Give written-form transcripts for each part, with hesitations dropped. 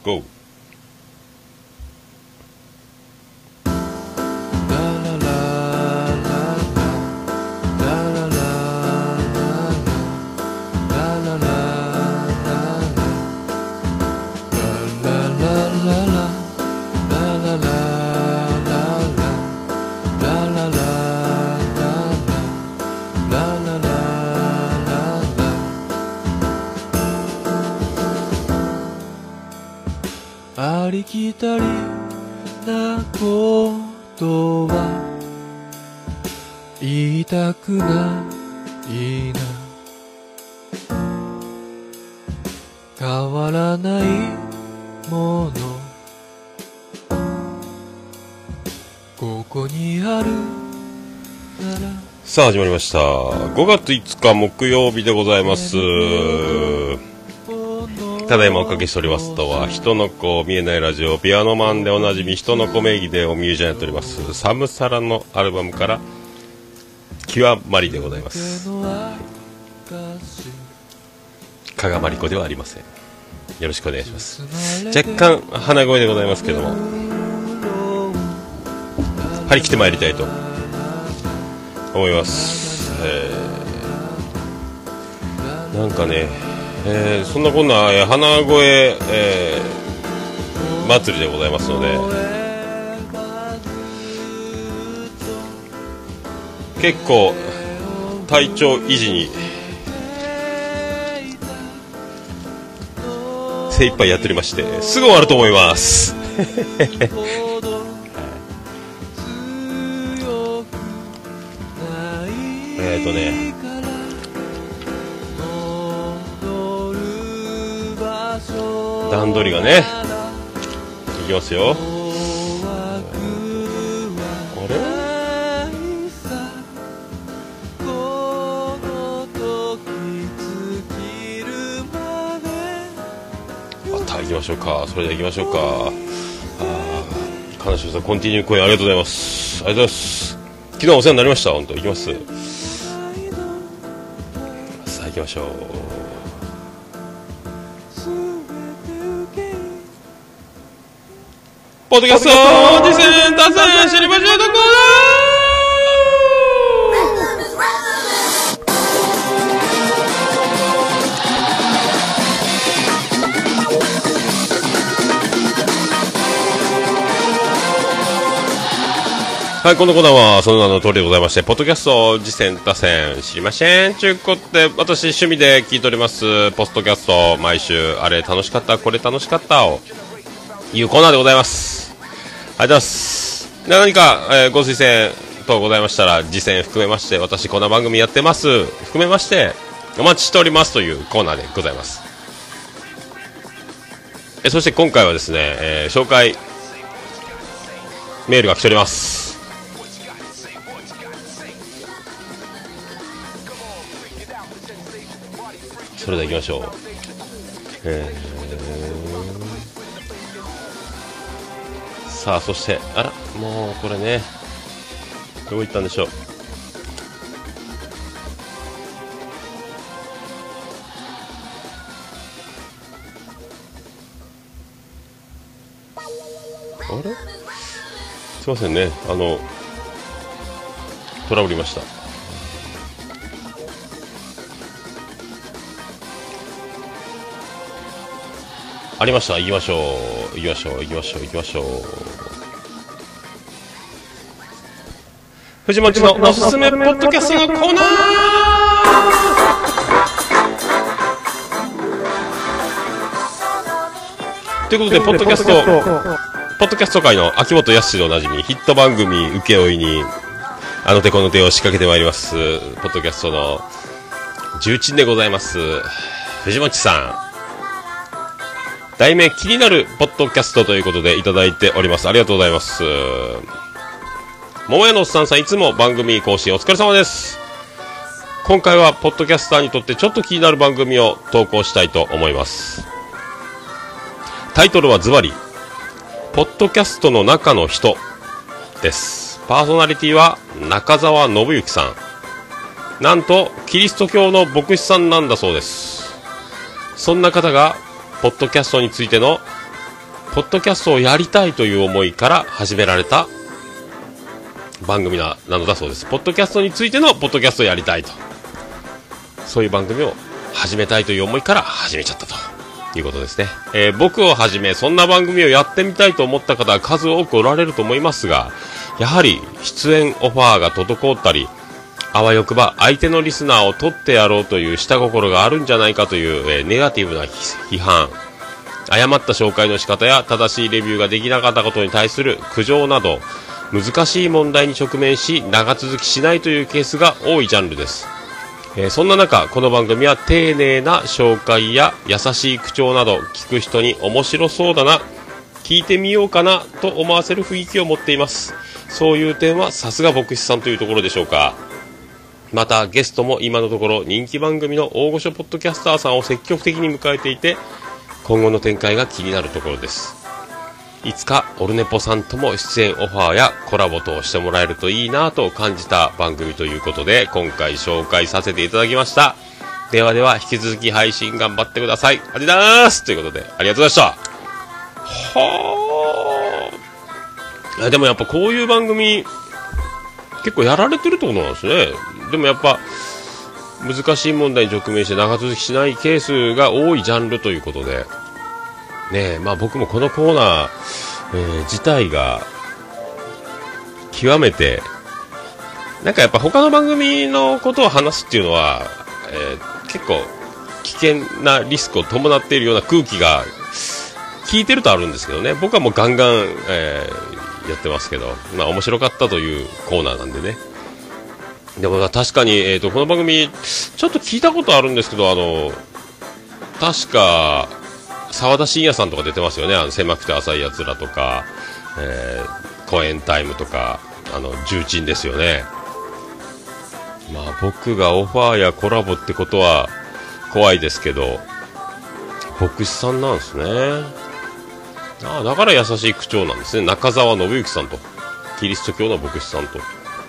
ゴー。 ありきたりなことは言いたくないな、変わらないものここにあるなら。 さあ始まりました。5月5日木曜日でございます。ただいまおかけしておりますとは人の子見えないラジオピアノマンでおなじみ人の子名義でおミュージシャンやっておりますサムサラのアルバムから極まりでございます。加賀まりこではありません。よろしくお願いします。若干鼻声でございますけども張り切ってまいりたいと思います。なんかね、そんなこんな、鼻声、祭りでございますので結構体調維持に精一杯やっておりましてすぐ終わると思います段取りがねいきますよ。あれ行きましょうか。それでは行きましょうか。金城さんコンティニューコインありがとうございます。ありがとうございます。昨日はお世話になりました。本当行きます。さあ行きましょう。ポッドキャスト次戦打線知りましょうとこはい、このコーナーはその名の通りでございまして、ポッドキャスト次戦打線知りませんちゅうことで、私趣味で聞いておりますポッドキャスト、毎週あれ楽しかったこれ楽しかったをいうコーナーでございます。ありがとうございます。何か、ご推薦等ございましたら次戦含めまして、私こんな番組やってます含めましてお待ちしておりますというコーナーでございます。そして今回はですね、紹介メールが来ております。それでは行きましょう。さあそしてあらもうこれねどこ行ったんでしょう。あれすいませんねトラブりました。ありました。行きましょう行きましょう行きましょう行きましょう。藤本のおすすめポッドキャストのコーナーということでポッドキャスト界の秋元康でおなじみヒット番組請負にあの手この手を仕掛けてまいりますポッドキャストの重鎮でございます藤本さん、題名気になるポッドキャストということでいただいております。ありがとうございます。桃屋のおっさんさん、いつも番組更新お疲れ様です。今回はポッドキャスターにとってちょっと気になる番組を投稿したいと思います。タイトルはズバリポッドキャストの中の人です。パーソナリティは中澤信之さん、なんとキリスト教の牧師さんなんだそうです。そんな方がポッドキャストについてのポッドキャストをやりたいという思いから始められた番組なのだそうです。ポッドキャストについてのポッドキャストをやりたいと、そういう番組を始めたいという思いから始めちゃったということですね。僕をはじめそんな番組をやってみたいと思った方は数多くおられると思いますが、やはり出演オファーが滞ったり、あわよくば相手のリスナーを取ってやろうという下心があるんじゃないかという、ネガティブな批判、誤った紹介の仕方や正しいレビューができなかったことに対する苦情など、難しい問題に直面し長続きしないというケースが多いジャンルです。そんな中、この番組は丁寧な紹介や優しい口調など、聞く人に面白そうだな、聞いてみようかなと思わせる雰囲気を持っています。そういう点はさすが牧師さんというところでしょうか。またゲストも今のところ人気番組の大御所ポッドキャスターさんを積極的に迎えていて、今後の展開が気になるところです。いつかオルネポさんとも出演オファーやコラボとしてもらえるといいなと感じた番組ということで、今回紹介させていただきました。ではでは引き続き配信頑張ってください。ありがとうございます。ということでありがとうございました。はあ、でもやっぱこういう番組結構やられてるってことなんですね。でもやっぱ難しい問題に直面して長続きしないケースが多いジャンルということでね。まあ僕もこのコーナー、自体が極めてなんかやっぱ他の番組のことを話すっていうのは、結構危険なリスクを伴っているような空気が聞いてるとあるんですけどね。僕はもうガンガン、やってますけど、まあ面白かったというコーナーなんでね。でも確かに、この番組ちょっと聞いたことあるんですけど、確か沢田信也さんとか出てますよね。狭くて浅いやつらとか、コエンタイムとか、重鎮ですよね。まあ僕がオファーやコラボってことは怖いですけど、牧師さんなんですね。だから優しい口調なんですね。中澤信之さんと、キリスト教の牧師さんと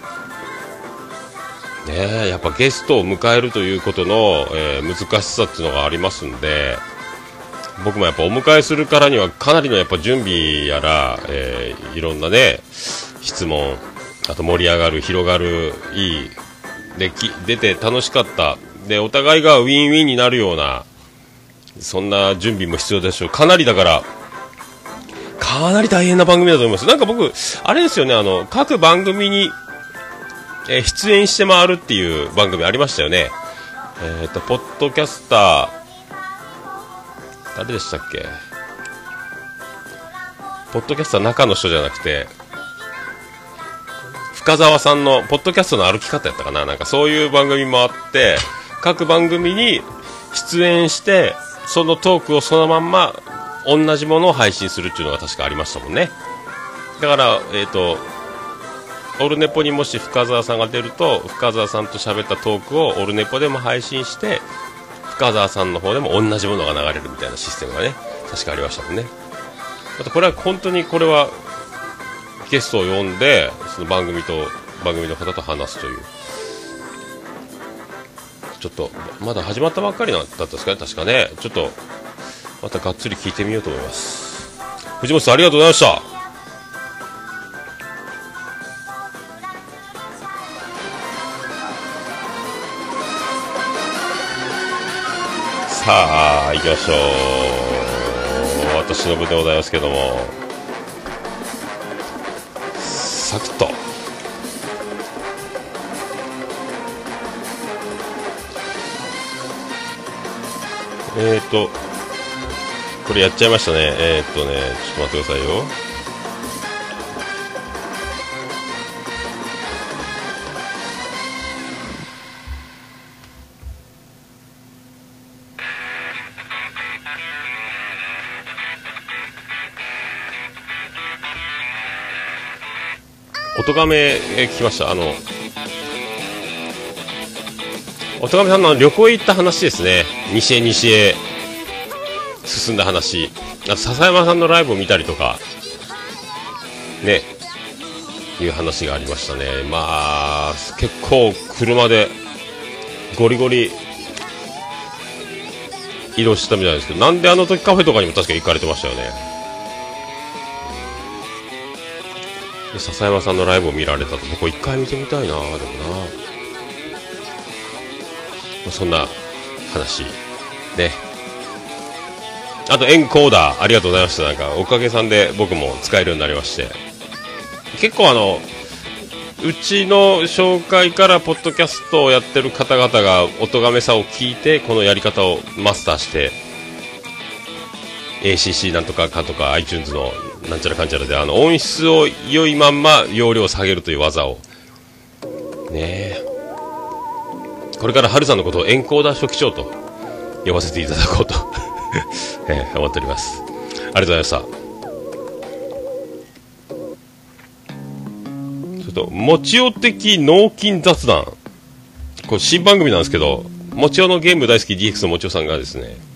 ね。やっぱゲストを迎えるということの、難しさっていうのがありますんで、僕もやっぱお迎えするからにはかなりのやっぱ準備やら、いろんなね質問、あと盛り上がる、広がる、いいで出て楽しかったで、お互いがウィンウィンになるようなそんな準備も必要でしょう。かなりだからかなり大変な番組だと思います。なんか僕あれですよね、各番組に、出演して回るっていう番組ありましたよね。ポッドキャスター誰でしたっけ。ポッドキャスター中の人じゃなくて深澤さんのポッドキャストの歩き方やったかな。なんかそういう番組もあって、各番組に出演してそのトークをそのまんま同じものを配信するっていうのが確かありましたもんね。だからオルネポにもし深澤さんが出ると、深澤さんと喋ったトークをオルネポでも配信して、深澤さんの方でも同じものが流れるみたいなシステムがね確かありましたもんね。あとこれは本当にこれはゲストを呼んでその番組の方と話すという、ちょっとまだ始まったばっかりだったんですかね、確かね。ちょっとまたがっつり聞いてみようと思います。藤本さんありがとうございました。さあ行きましょう。私の分でございますけども、サクッとこれやっちゃいましたね。ちょっと待ってくださいよ。音亀聞きました。音亀さんの旅行へ行った話ですね。西へ進んだ話、あと笹山さんのライブを見たりとかね、いう話がありましたね。まあ結構車でゴリゴリ移動してたみたいですけど、なんであの時カフェとかにも確か行かれてましたよね。 で笹山さんのライブを見られたと。僕一回見てみたいな。でもな、そんな話ね。あとエンコーダーありがとうございました。なんかおかげさんで僕も使えるようになりまして、結構うちの紹介からポッドキャストをやってる方々が音がめさを聞いてこのやり方をマスターして ACC なんとかかとか iTunes のなんちゃらかんちゃらで音質を良いまんま容量を下げるという技をねえ、これから春さんのことをエンコーダー初期長と呼ばせていただこうと思っております。ありがとうございました。ちょっともちお的脳筋雑談、これ新番組なんですけど、もちおのゲーム大好き DX のもちおさんがですね、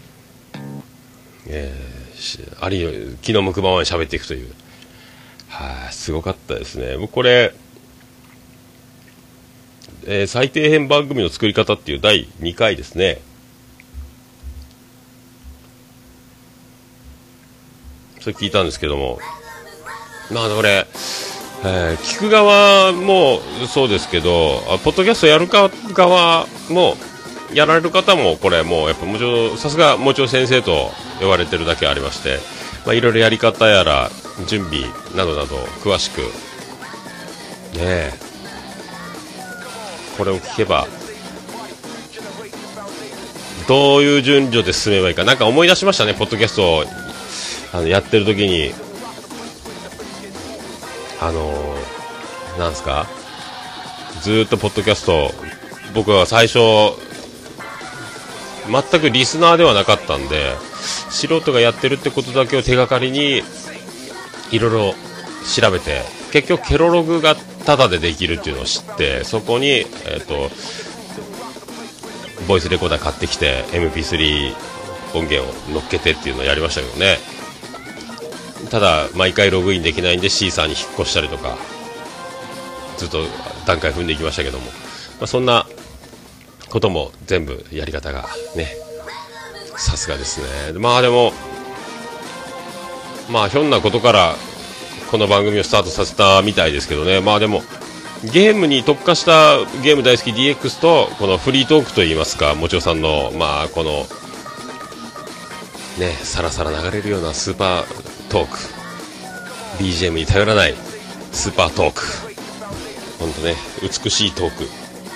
昨日向くままに喋っていくという、すごかったですね。僕これ、最低編番組の作り方っていう第2回ですね。それ聞いたんですけども、まあこれ、聞く側もそうですけど、ポッドキャストやる側もやられる方もこれもうやっぱもちろんさすがもちろん先生と呼ばれてるだけありまして、まあ、いろいろやり方やら準備などなど詳しくねえ、これを聞けばどういう順序で進めばいいか、なんか思い出しましたね。ポッドキャストをやってる時になんですか、ずーっとポッドキャスト僕は最初全くリスナーではなかったんで、素人がやってるってことだけを手がかりにいろいろ調べて、結局ケロログがタダでできるっていうのを知って、そこにボイスレコーダー買ってきて MP3 音源を乗っけてっていうのをやりましたけどね。ただ毎回ログインできないんでシーサーに引っ越したりとかずっと段階踏んでいきましたけども、まあ、そんなことも全部やり方がね、さすがですね。まあでもまあひょんなことからこの番組をスタートさせたみたいですけどね。まあでもゲームに特化したゲーム大好き DX とこのフリートークといいますか、もちおさんのまあこのねさらさら流れるようなスーパートーク BGM に頼らないスーパートーク、ほんとね美しいトーク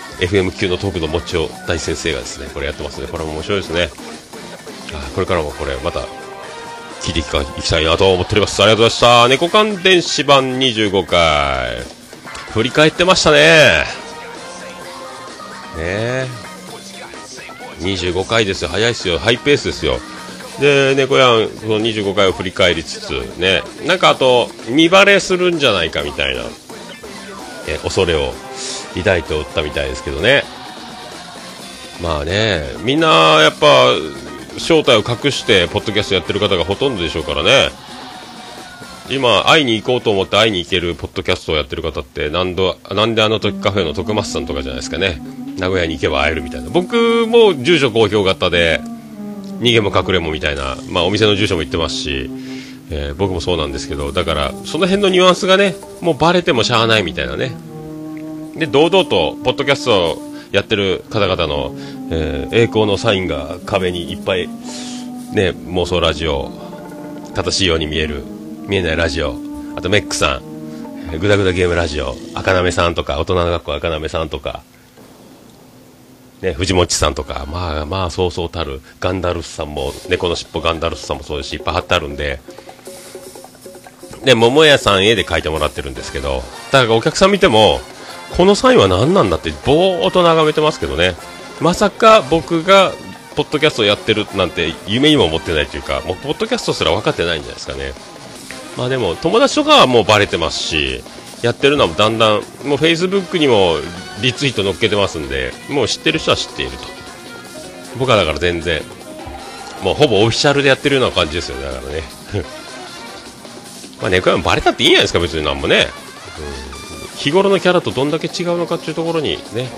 FM 級のトークのもちお大先生がですねこれやってますね。これも面白いですね。これからもこれまた聞いていきたいなと思っております。ありがとうございました。猫缶電子版25回振り返ってましたね。25回ですよ。早いですよ。ハイペースですよ。で猫やんこの25回を振り返りつつね、なんかあと見バレするんじゃないかみたいな、恐れを抱いておったみたいですけどね。まあね、みんなやっぱ正体を隠してポッドキャストやってる方がほとんどでしょうからね。今会いに行こうと思って会いに行けるポッドキャストをやってる方ってなんであの時カフェの徳松さんとかじゃないですかね。名古屋に行けば会えるみたいな。僕も住所公表型で逃げも隠れもみたいな、まあ、お店の住所も言ってますし、僕もそうなんですけど、だからその辺のニュアンスがねもうバレてもしゃあないみたいなね。で堂々とポッドキャストやってる方々の、栄光のサインが壁にいっぱいね、妄想ラジオ正しいように見えないラジオ、あとメックさんグダグダゲームラジオ赤なめさんとか大人の学校赤なめさんとかね、藤もっちさんとか、まあそうそうたるガンダルスさんも猫のしっぽガンダルスさんもそうですし、いっぱい貼ってあるんで、で桃屋さん絵で描いてもらってるんですけど、だからお客さん見てもこのサインは何なんだってぼーっと眺めてますけどね。まさか僕がポッドキャストをやってるなんて夢にも思ってないというか、もうポッドキャストすら分かってないんじゃないですかね。まあでも友達とかはもうバレてますし、やってるのはだんだんもうフェイスブックにもリツイート載っけてますんで、もう知ってる人は知っていると。僕はだから全然もうほぼオフィシャルでやってるような感じですよね。だからねまあ猫屋もバレたっていいんじゃないですか、別になんもね、日頃のキャラとどんだけ違うのかっていうところにね、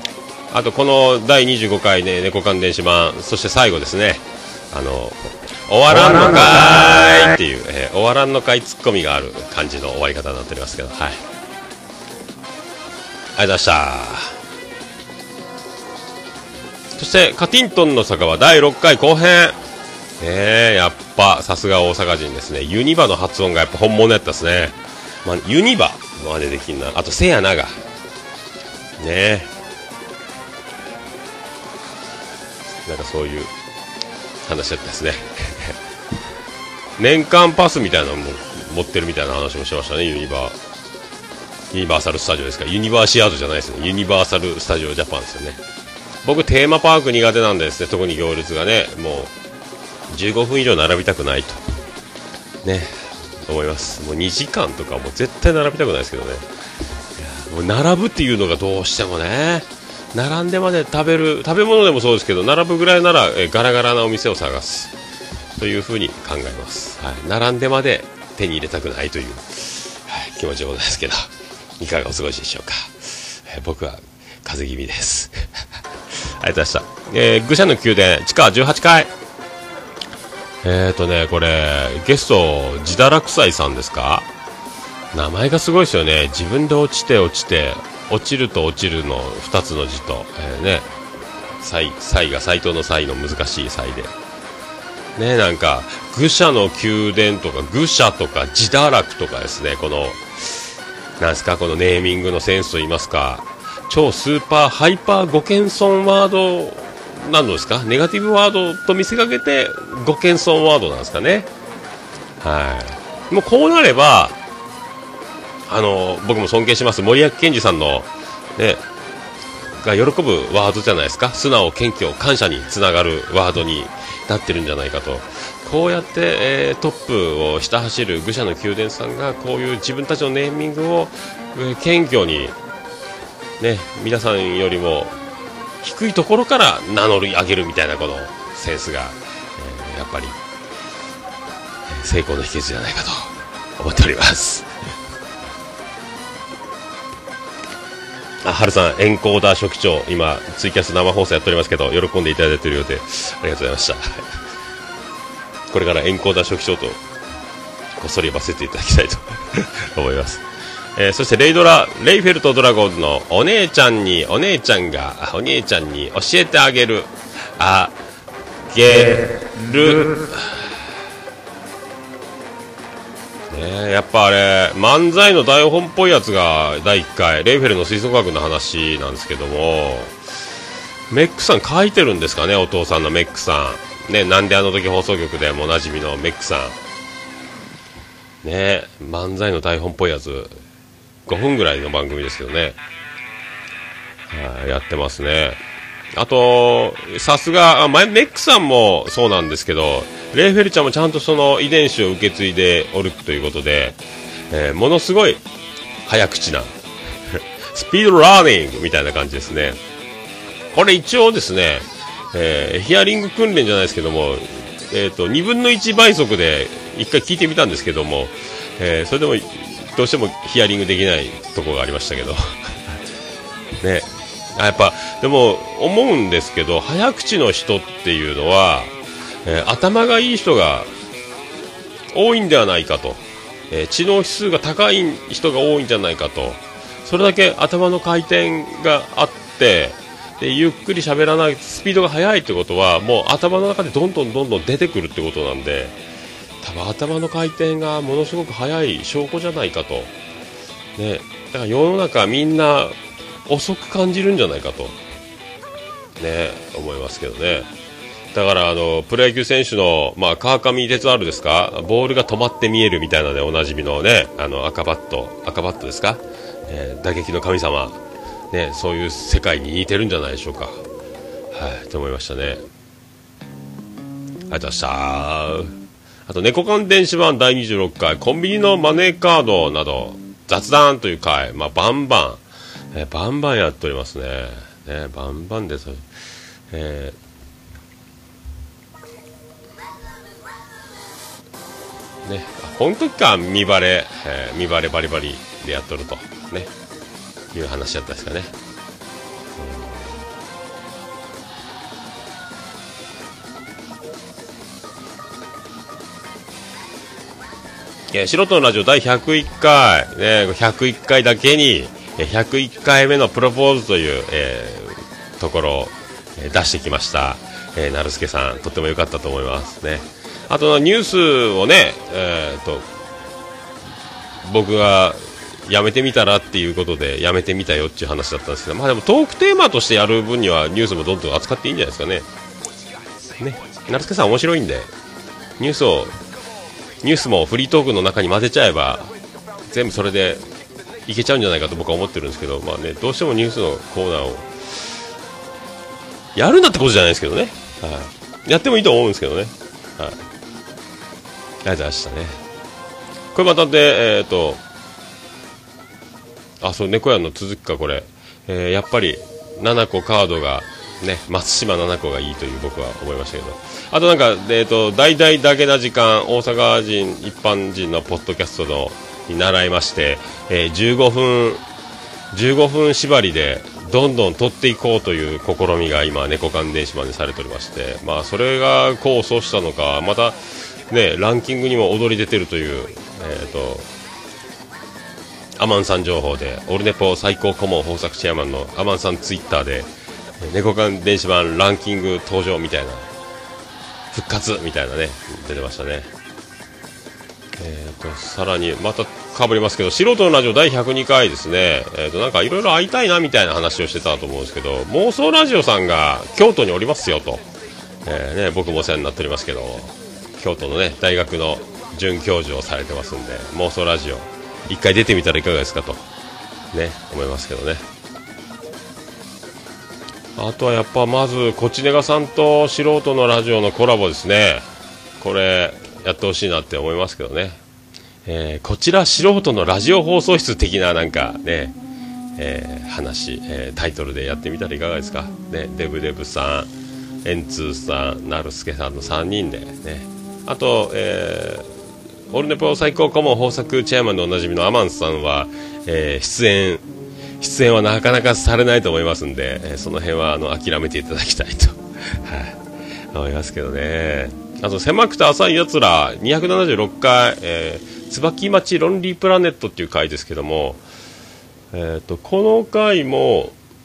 あとこの第25回ね猫缶電子版、そして最後ですね、 終わらんのかーいっていう、終わらんのかいツッコミがある感じの終わり方になっておりますけど、はい。ありがとうございました。そして、カティントンの坂は第6回後編。やっぱ、さすが大阪人ですね。ユニバの発音がやっぱ本物やったですね。まあ、ユニバまでできんな。あと、せやなが。ねなんかそういう話だったですね。年間パスみたいなのも持ってるみたいな話もしてましたね。ユニバーサルスタジオですか。ユニバーシアードじゃないですね。ユニバーサルスタジオジャパンですよね。僕テーマパーク苦手なんでですね、特に行列がね、もう15分以上並びたくないとね思います。もう2時間とかもう絶対並びたくないですけどね。いやもう並ぶっていうのがどうしてもね、並んでまで食べ物でもそうですけど、並ぶぐらいならガラガラなお店を探すというふうに考えます、はい、並んでまで手に入れたくないという、はい、気持ちでございますけど、いかがお過ごしでしょうか。僕は風邪気味です。ありがとうございました。愚者の宮殿地下18階、これゲスト自堕落斎さんですか。名前がすごいですよね。自分で落ちて落ちると落ちるの2つの字と、斎が斎藤の斎の難しい斎でね、なんか愚者の宮殿とか愚者とか自堕落とかですね、このなんすか、このネーミングのセンスといいますか、超スーパーハイパーご謙遜ワードなんですか、ネガティブワードと見せかけてご謙遜ワードなんですかね。はい、もうこうなれば僕も尊敬します森脇健児さんのねが喜ぶワードじゃないですか。素直、謙虚、感謝につながるワードになってるんじゃないかと。こうやって、トップをひた走る愚者の宮殿さんがこういう自分たちのネーミングを、謙虚にね、皆さんよりも低いところから名乗り上げるみたいなこのセンスが、やっぱり成功の秘訣じゃないかと思っております。はるさん、エンコーダー初期長、今ツイキャス生放送やっておりますけど喜んでいただいているようでありがとうございました。これからエンコーダー初期長とこっそり呼ばせていただきたいと思います。そしてレイフェルトドラゴンのお姉ちゃんに教えてあげるやっぱあれ漫才の台本っぽいやつが第1回レイフェルの吹奏楽の話なんですけども、メックさん書いてるんですかね。お父さんのメックさんね、なんであの時放送局でもおなじみのメックさんね、漫才の台本っぽいやつ5分ぐらいの番組ですけどね、やってますね。あとさすがメックさんもそうなんですけど、レイフェルちゃんもちゃんとその遺伝子を受け継いでおるということで、ものすごい早口なスピードラーニングみたいな感じですね。これ一応ですね、ヒアリング訓練じゃないですけども、2分の1倍速で1回聞いてみたんですけども、それでもどうしてもヒアリングできないところがありましたけどね、やっぱでも思うんですけど、早口の人っていうのは、頭がいい人が多いんではないかと、知能指数が高い人が多いんじゃないかと。それだけ頭の回転があって、でゆっくり喋らない、スピードが速いってことはもう頭の中でどんどん出てくるってことなんで、多分頭の回転がものすごく速い証拠じゃないかと、ね、だから世の中みんな遅く感じるんじゃないかとね思いますけどね。だからプロ野球選手の、川上哲治ですか、ボールが止まって見えるみたいなのでおなじみのね、赤バットですか、打撃の神様ね、そういう世界に似てるんじゃないでしょうか。はいと思いましたね。ありがとうございました。あと猫缶電子版第26回コンビニのマネーカードなど雑談という回、バンバンやっておりますね。バンバンです。ね、この時か見バレバリバリでやっとるとねいう話だったですかね。 素人のラジオ第101回、ね、101回だけに、101回目のプロポーズという、ところを、出してきました。なるすけさん、とっても良かったと思いますね。あとニュースをね、僕がやめてみたらっていうことでやめてみたよっていう話だったんですけど、まあでもトークテーマとしてやる分にはニュースもどんどん扱っていいんじゃないですかね。ね、なるすけさん面白いんで、ニュースもフリートークの中に混ぜちゃえば全部それでいけちゃうんじゃないかと僕は思ってるんですけど、まあね、どうしてもニュースのコーナーをやるんだってことじゃないですけどね、はい、やってもいいと思うんですけどね、はい、ありがとうございましたね。これまたでそう、猫屋の続きかこれ、やっぱり7個カードがね、松島7個がいいという僕は思いましたけど、あとなんか、大々だけな時間、大阪人一般人のポッドキャストのに習いまして、15分縛りでどんどん取っていこうという試みが今猫缶電子版でされておりまして、まあそれが功を奏したのか、またねランキングにも躍り出てるというアマンさん情報で、オルネポ最高顧問豊作チェアマンのアマンさんツイッターで、猫缶電子版ランキング登場みたいな、復活みたいなね出てましたね。さらにまたかぶりますけど、素人のラジオ第102回ですね、なんかいろいろ会いたいなみたいな話をしてたと思うんですけど、妄想ラジオさんが京都におりますよと、僕もお世話になっておりますけど、京都のね大学の准教授をされてますんで、妄想ラジオ一回出てみたらいかがですかとね思いますけどね。あとはやっぱまずこちねがさんと素人のラジオのコラボですね。これやってほしいなって思いますけどね。こちら素人のラジオ放送室的ななんかね、話、タイトルでやってみたらいかがですかね。デブデブさん、エンツーさん、なるすけさんの3人でね、あと、オルネポ最高顧問豊作チェアマンでおなじみのアマンさんは、出演はなかなかされないと思いますんで、その辺は諦めていただきたいと、思いますけどね。あと狭くて浅いやつら276回、椿町ロンリープラネットっていう回ですけども、この回も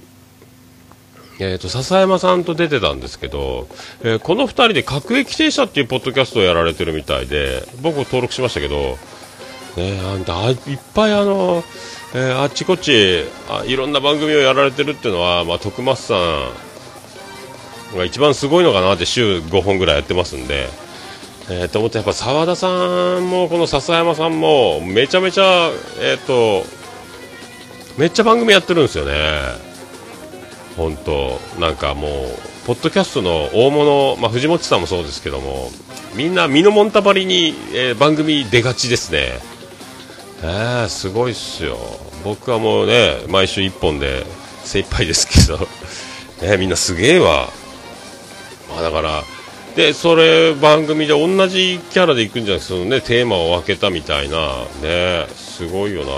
笹山さんと出てたんですけど、この2人で各駅停車っていうポッドキャストをやられてるみたいで、僕も登録しましたけど、いっぱいあっちこっちいろんな番組をやられてるっていうのは、まあ、徳松さんが一番すごいのかなって、週5本ぐらいやってますんで、と思って、やっぱ澤田さんもこの笹山さんもめちゃめちゃめっちゃ番組やってるんですよね。本当なんかもうポッドキャストの大物、まあ、藤本さんもそうですけども、みんな身のもんたばりに、番組出がちですね。すごいっすよ。僕はもうね毎週1本で精一杯ですけど、みんなすげえわ。まあ、だからでそれ番組で同じキャラでいくんじゃなくて、ね、テーマを分けたみたいなね、すごいよな。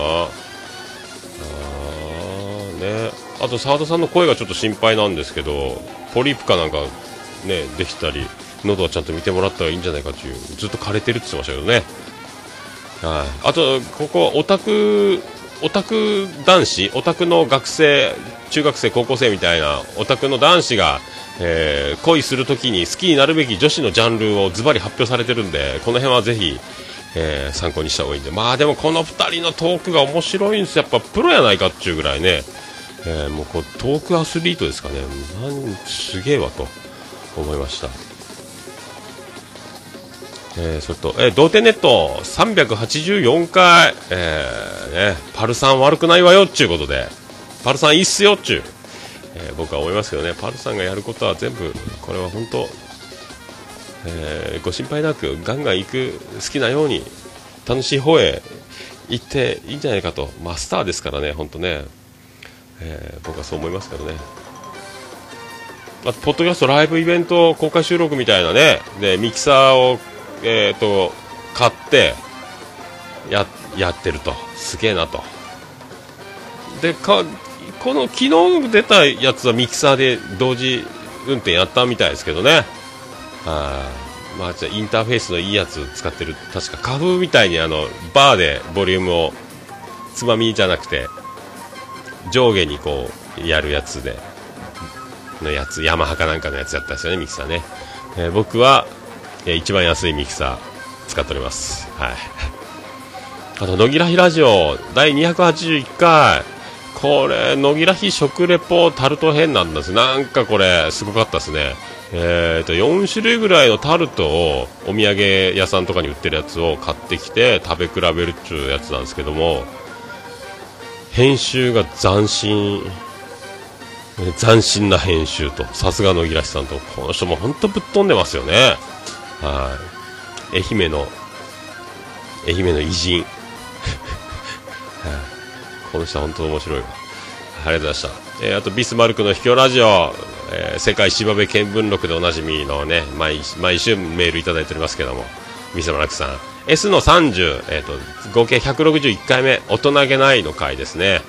ね、あと澤田さんの声がちょっと心配なんですけど、ポリープかなんかねできたり、喉はちゃんと見てもらったらいいんじゃないかという、ずっと枯れてるって言ってましたけどね。あとここオタク男子、オタクの学生、中学生高校生みたいなオタクの男子が、恋するときに好きになるべき女子のジャンルをズバリ発表されてるんで、この辺はぜひ、参考にした方がいいんで、まあでもこの2人のトークが面白いんですよ。やっぱプロやないかっていうぐらいね、もうこうトークアスリートですかね。すげえわと思いました。それと、同点ネット384回、パルさん悪くないわよっちゅうことで、パルさんいいっすよっちゅう、僕は思いますけどね。パルさんがやることは全部これは本当、ご心配なくガンガン行く、好きなように楽しい方へ行っていいんじゃないかと。マスターですからね本当ね、僕はそう思いますけどね。あとポッドキャストライブイベント公開収録みたいなね、でミキサーを買ってやってると、すげえなと。でこの昨日出たやつはミキサーで同時運転やったみたいですけどね。 まあ、じゃあインターフェースのいいやつ使ってる。確か花風みたいにバーでボリュームをつまみじゃなくて上下にこうやるやつでのやつ、ヤマハかなんかのやつやったんですよね、ミキサーね。僕は、一番安いミキサー使っております。はい。あと野木らひラジオ第281回、これ野木らひ食レポタルト編なんです。なんかこれすごかったですね。4種類ぐらいのタルトをお土産屋さんとかに売ってるやつを買ってきて食べ比べるっていうやつなんですけども、編集が斬新な編集と、さすが野木らひさんと、この人も本当ぶっ飛んでますよね。はい。愛媛の偉人この人は本当面白いわ。ありがとうございました。あとビスマルクの秘境ラジオ、世界芝部見聞録でおなじみのね、毎週メールいただいておりますけども、ビスマルクさん S の30、合計161回目大人げないの回ですね。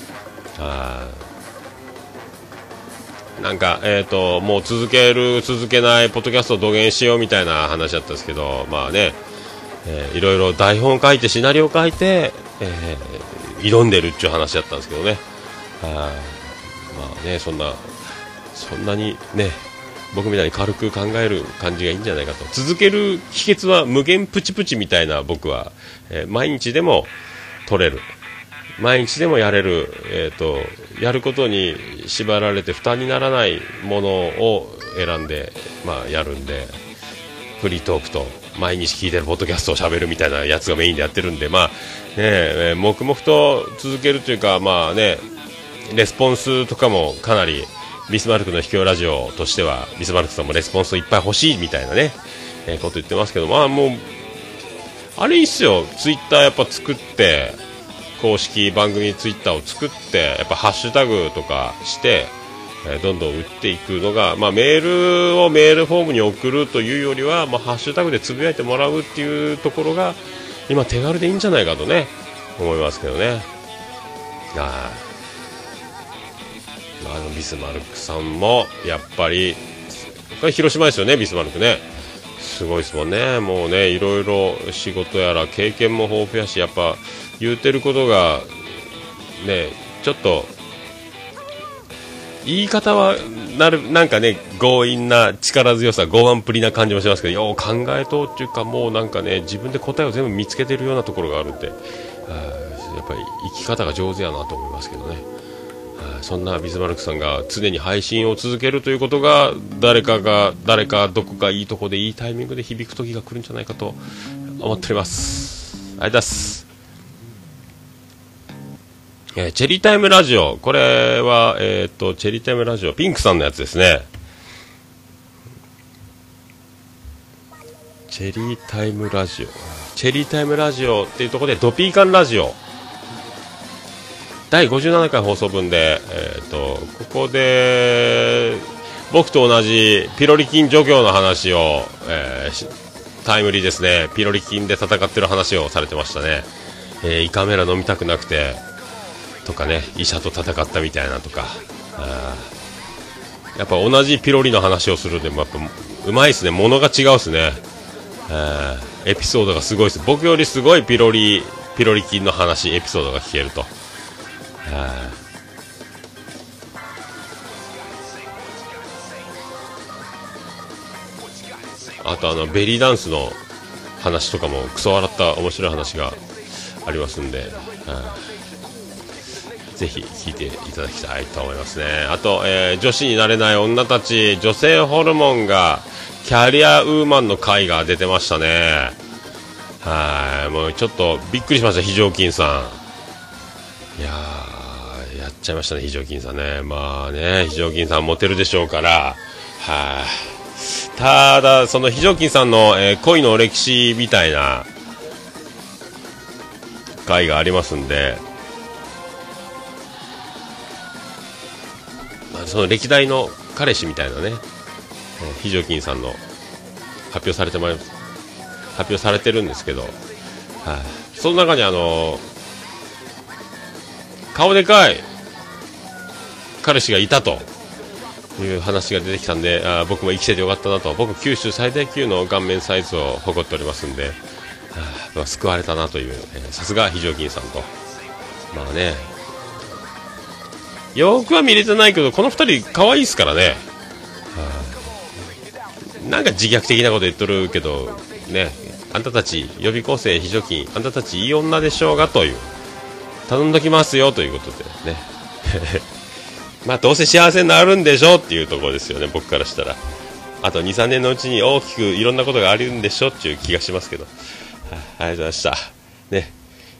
なんかもう続けないポッドキャストを土下しようみたいな話だったんですけど、まあね、いろいろ台本を書いてシナリオを書いて、挑んでるっていう話だったんですけどね。まあね、そんなにね、僕みたいに軽く考える感じがいいんじゃないかと。続ける秘訣は無限プチプチみたいな、僕は、毎日でも取れる、毎日でもやれる、やることに縛られて負担にならないものを選んで、まあ、やるんで、フリートークと毎日聞いてるポッドキャストを喋るみたいなやつがメインでやってるんで、まあね、黙々と続けるというか、まあね、レスポンスとかもかなりビスマルクの秘境ラジオとしてはビスマルクさんもレスポンスいっぱい欲しいみたいなね、こと言ってますけど、まあもうあれいいっすよ。ツイッターやっぱ作って、公式番組ツイッターを作ってやっぱハッシュタグとかして、どんどん打っていくのが、まあ、メールをメールフォームに送るというよりは、まあ、ハッシュタグでつぶやいてもらうっていうところが今手軽でいいんじゃないかとね思いますけどね。ビスマルクさんもやっぱりこれ広島ですよね。ビスマルクね、すごいですもんね。もうね、いろいろ仕事やら経験も豊富やし、やっぱ言うてることがね、ちょっと言い方はなんかね、強引な力強さ、剛腕っぷりな感じもしますけど、よう考えとうっていうか、もうなんかね、自分で答えを全部見つけてるようなところがあるんで、やっぱり生き方が上手やなと思いますけどね。そんなビスマルクさんが常に配信を続けるということが、誰かどこかいいとこでいいタイミングで響く時が来るんじゃないかと思っております。ありがとうございます。チェリータイムラジオ、これは、チェリータイムラジオピンクさんのやつですね。チェリータイムラジオっていうところでドピーカンラジオ第57回放送分で、ここで僕と同じピロリ菌除去の話を、タイムリーですね。ピロリ菌で戦ってる話をされてましたね。胃カメラ飲みたくなくてとかね、医者と戦ったみたいなとか、やっぱ同じピロリの話をするんで、やっぱうまいですね。ものが違うですね。エピソードがすごいです。僕よりすごいピロリ菌の話、エピソードが聞けると。あとベリーダンスの話とかもクソ笑った面白い話がありますんで、ぜひ聞いていただきたいと思いますね。あと、女子になれない女たち、女性ホルモンがキャリアウーマンの回が出てましたね。もうちょっとびっくりしました。非常勤さん、いやー、やっちゃいましたね、非常勤さんね。まあね、非常勤さんモテるでしょうから、ただその非常勤さんの、恋の歴史みたいな回がありますんで、その歴代の彼氏みたいなね、非常勤さんの発表されてるんですけど、その中に顔でかい彼氏がいたという話が出てきたんで、僕も生きててよかったなと。僕九州最大級の顔面サイズを誇っておりますんで、救われたなという、さすが非常勤さんと。まあね、よくは見れてないけどこの2人可愛いですからね。なんか自虐的なこと言っとるけどね、あんたたち予備校生非常勤、あんたたちいい女でしょうがという、頼んどきますよということでねまあどうせ幸せになるんでしょうっていうところですよね、僕からしたら。あと 2,3 年のうちに大きくいろんなことがあるんでしょっていう気がしますけど、ありがとうございましたね。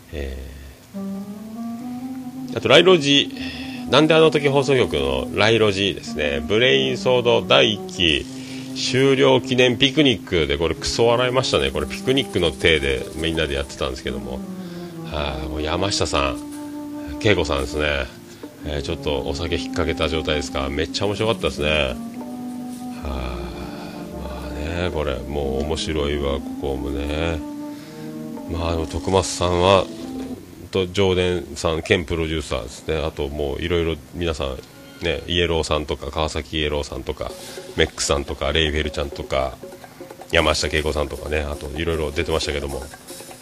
あとライロジ、なんであの時放送局のライロジですね、ブレインソード第1期終了記念ピクニックで、これクソ笑いましたね。これピクニックの体でみんなでやってたんですけども、もう山下さん、恵子さんですね、ちょっとお酒引っ掛けた状態ですか。めっちゃ面白かったですね。まあね、これもう面白いわ、ここもね。まあ徳松さんはと上田さん兼プロデューサーですね。あともういろいろ皆さんね、イエローさんとか川崎イエローさんとかメックさんとかレイフェルちゃんとか山下恵子さんとかね、あといろいろ出てましたけども、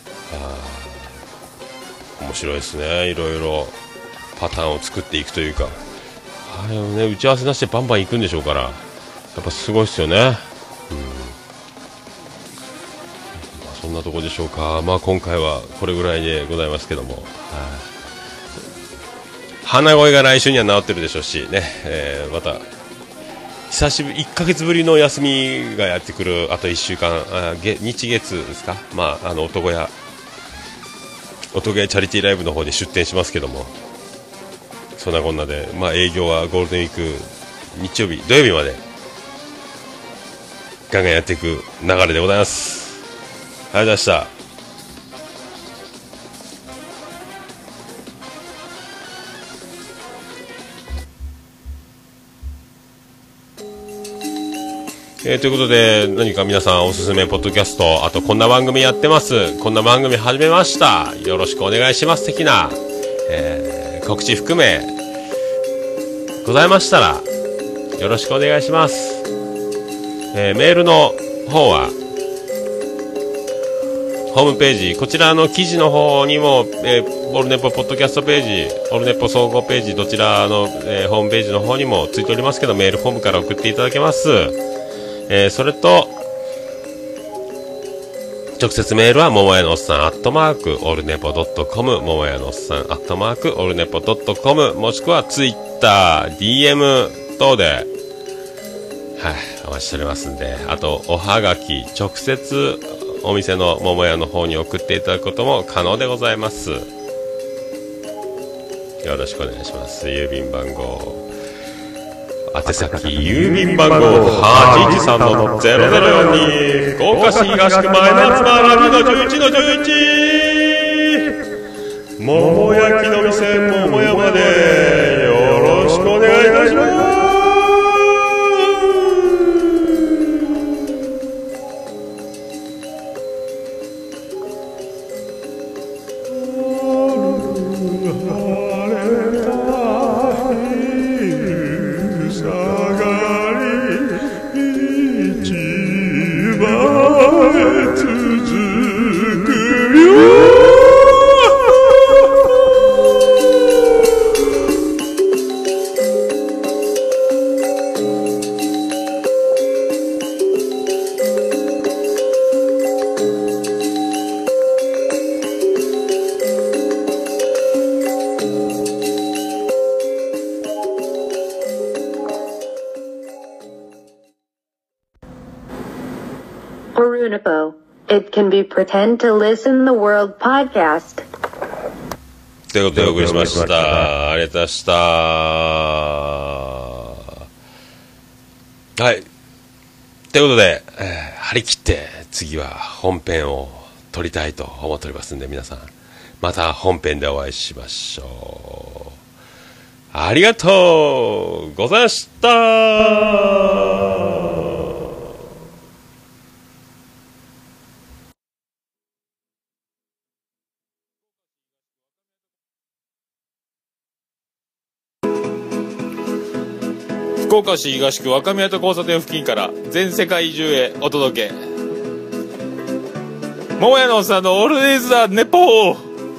面白いですね。いろいろパターンを作っていくというか、ね、打ち合わせなしでバンバン行くんでしょうから、やっぱすごいですよね。そんなとこでしょうか。まあ今回はこれぐらいでございますけども、鼻声が来週には治ってるでしょうしね、また久しぶり1ヶ月ぶりの休みがやってくる。あと1週間、日月ですか。まあ音小屋チャリティーライブの方に出店しますけども、そんなこんなで、まあ営業はゴールデンウィーク日曜日土曜日までガンガンやっていく流れでございます。ありがとうございました。ということで、何か皆さんおすすめポッドキャスト、あとこんな番組やってます、こんな番組始めました、よろしくお願いします的な、告知含めございましたらよろしくお願いします。メールの方はホームページ、こちらの記事の方にも、オルネポポッドキャストページ、オルネポ総合ページ、どちらの、ホームページの方にもついておりますけど、メールフォームから送っていただけます。それと直接メールはももやのおっさんオルネポ.com、ももやのおっさんオルネポ.com、もしくはツイッター DM 等でお待ちしておりますんで、あとおはがき直接お店の桃屋の方に送っていただくことも可能でございます。よろしくお願いします。郵便番号、宛先郵便番号813-0042、福岡市東区前松原2の11の11、桃焼きの店桃屋までよろしくお願いいたします。 It can be pretend to listen the world podcast. ということでお送りしました。ありがとうございました。はい。ということで、張り切って次は本編を撮りたいと思っておりますんで、皆さんまた本編でお会いしましょう。ありがとうございました。 福岡市東区若宮と交差点付近から全世界中へお届け。桃屋のおっさんのオールデイズ・ザ・ネポー。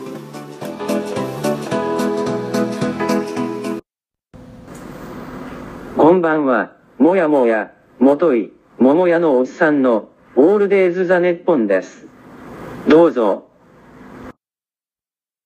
こんばんは、もやもや、もとい、桃屋のおっさんのオールデイズ・ザ・ネッポンです。どうぞ。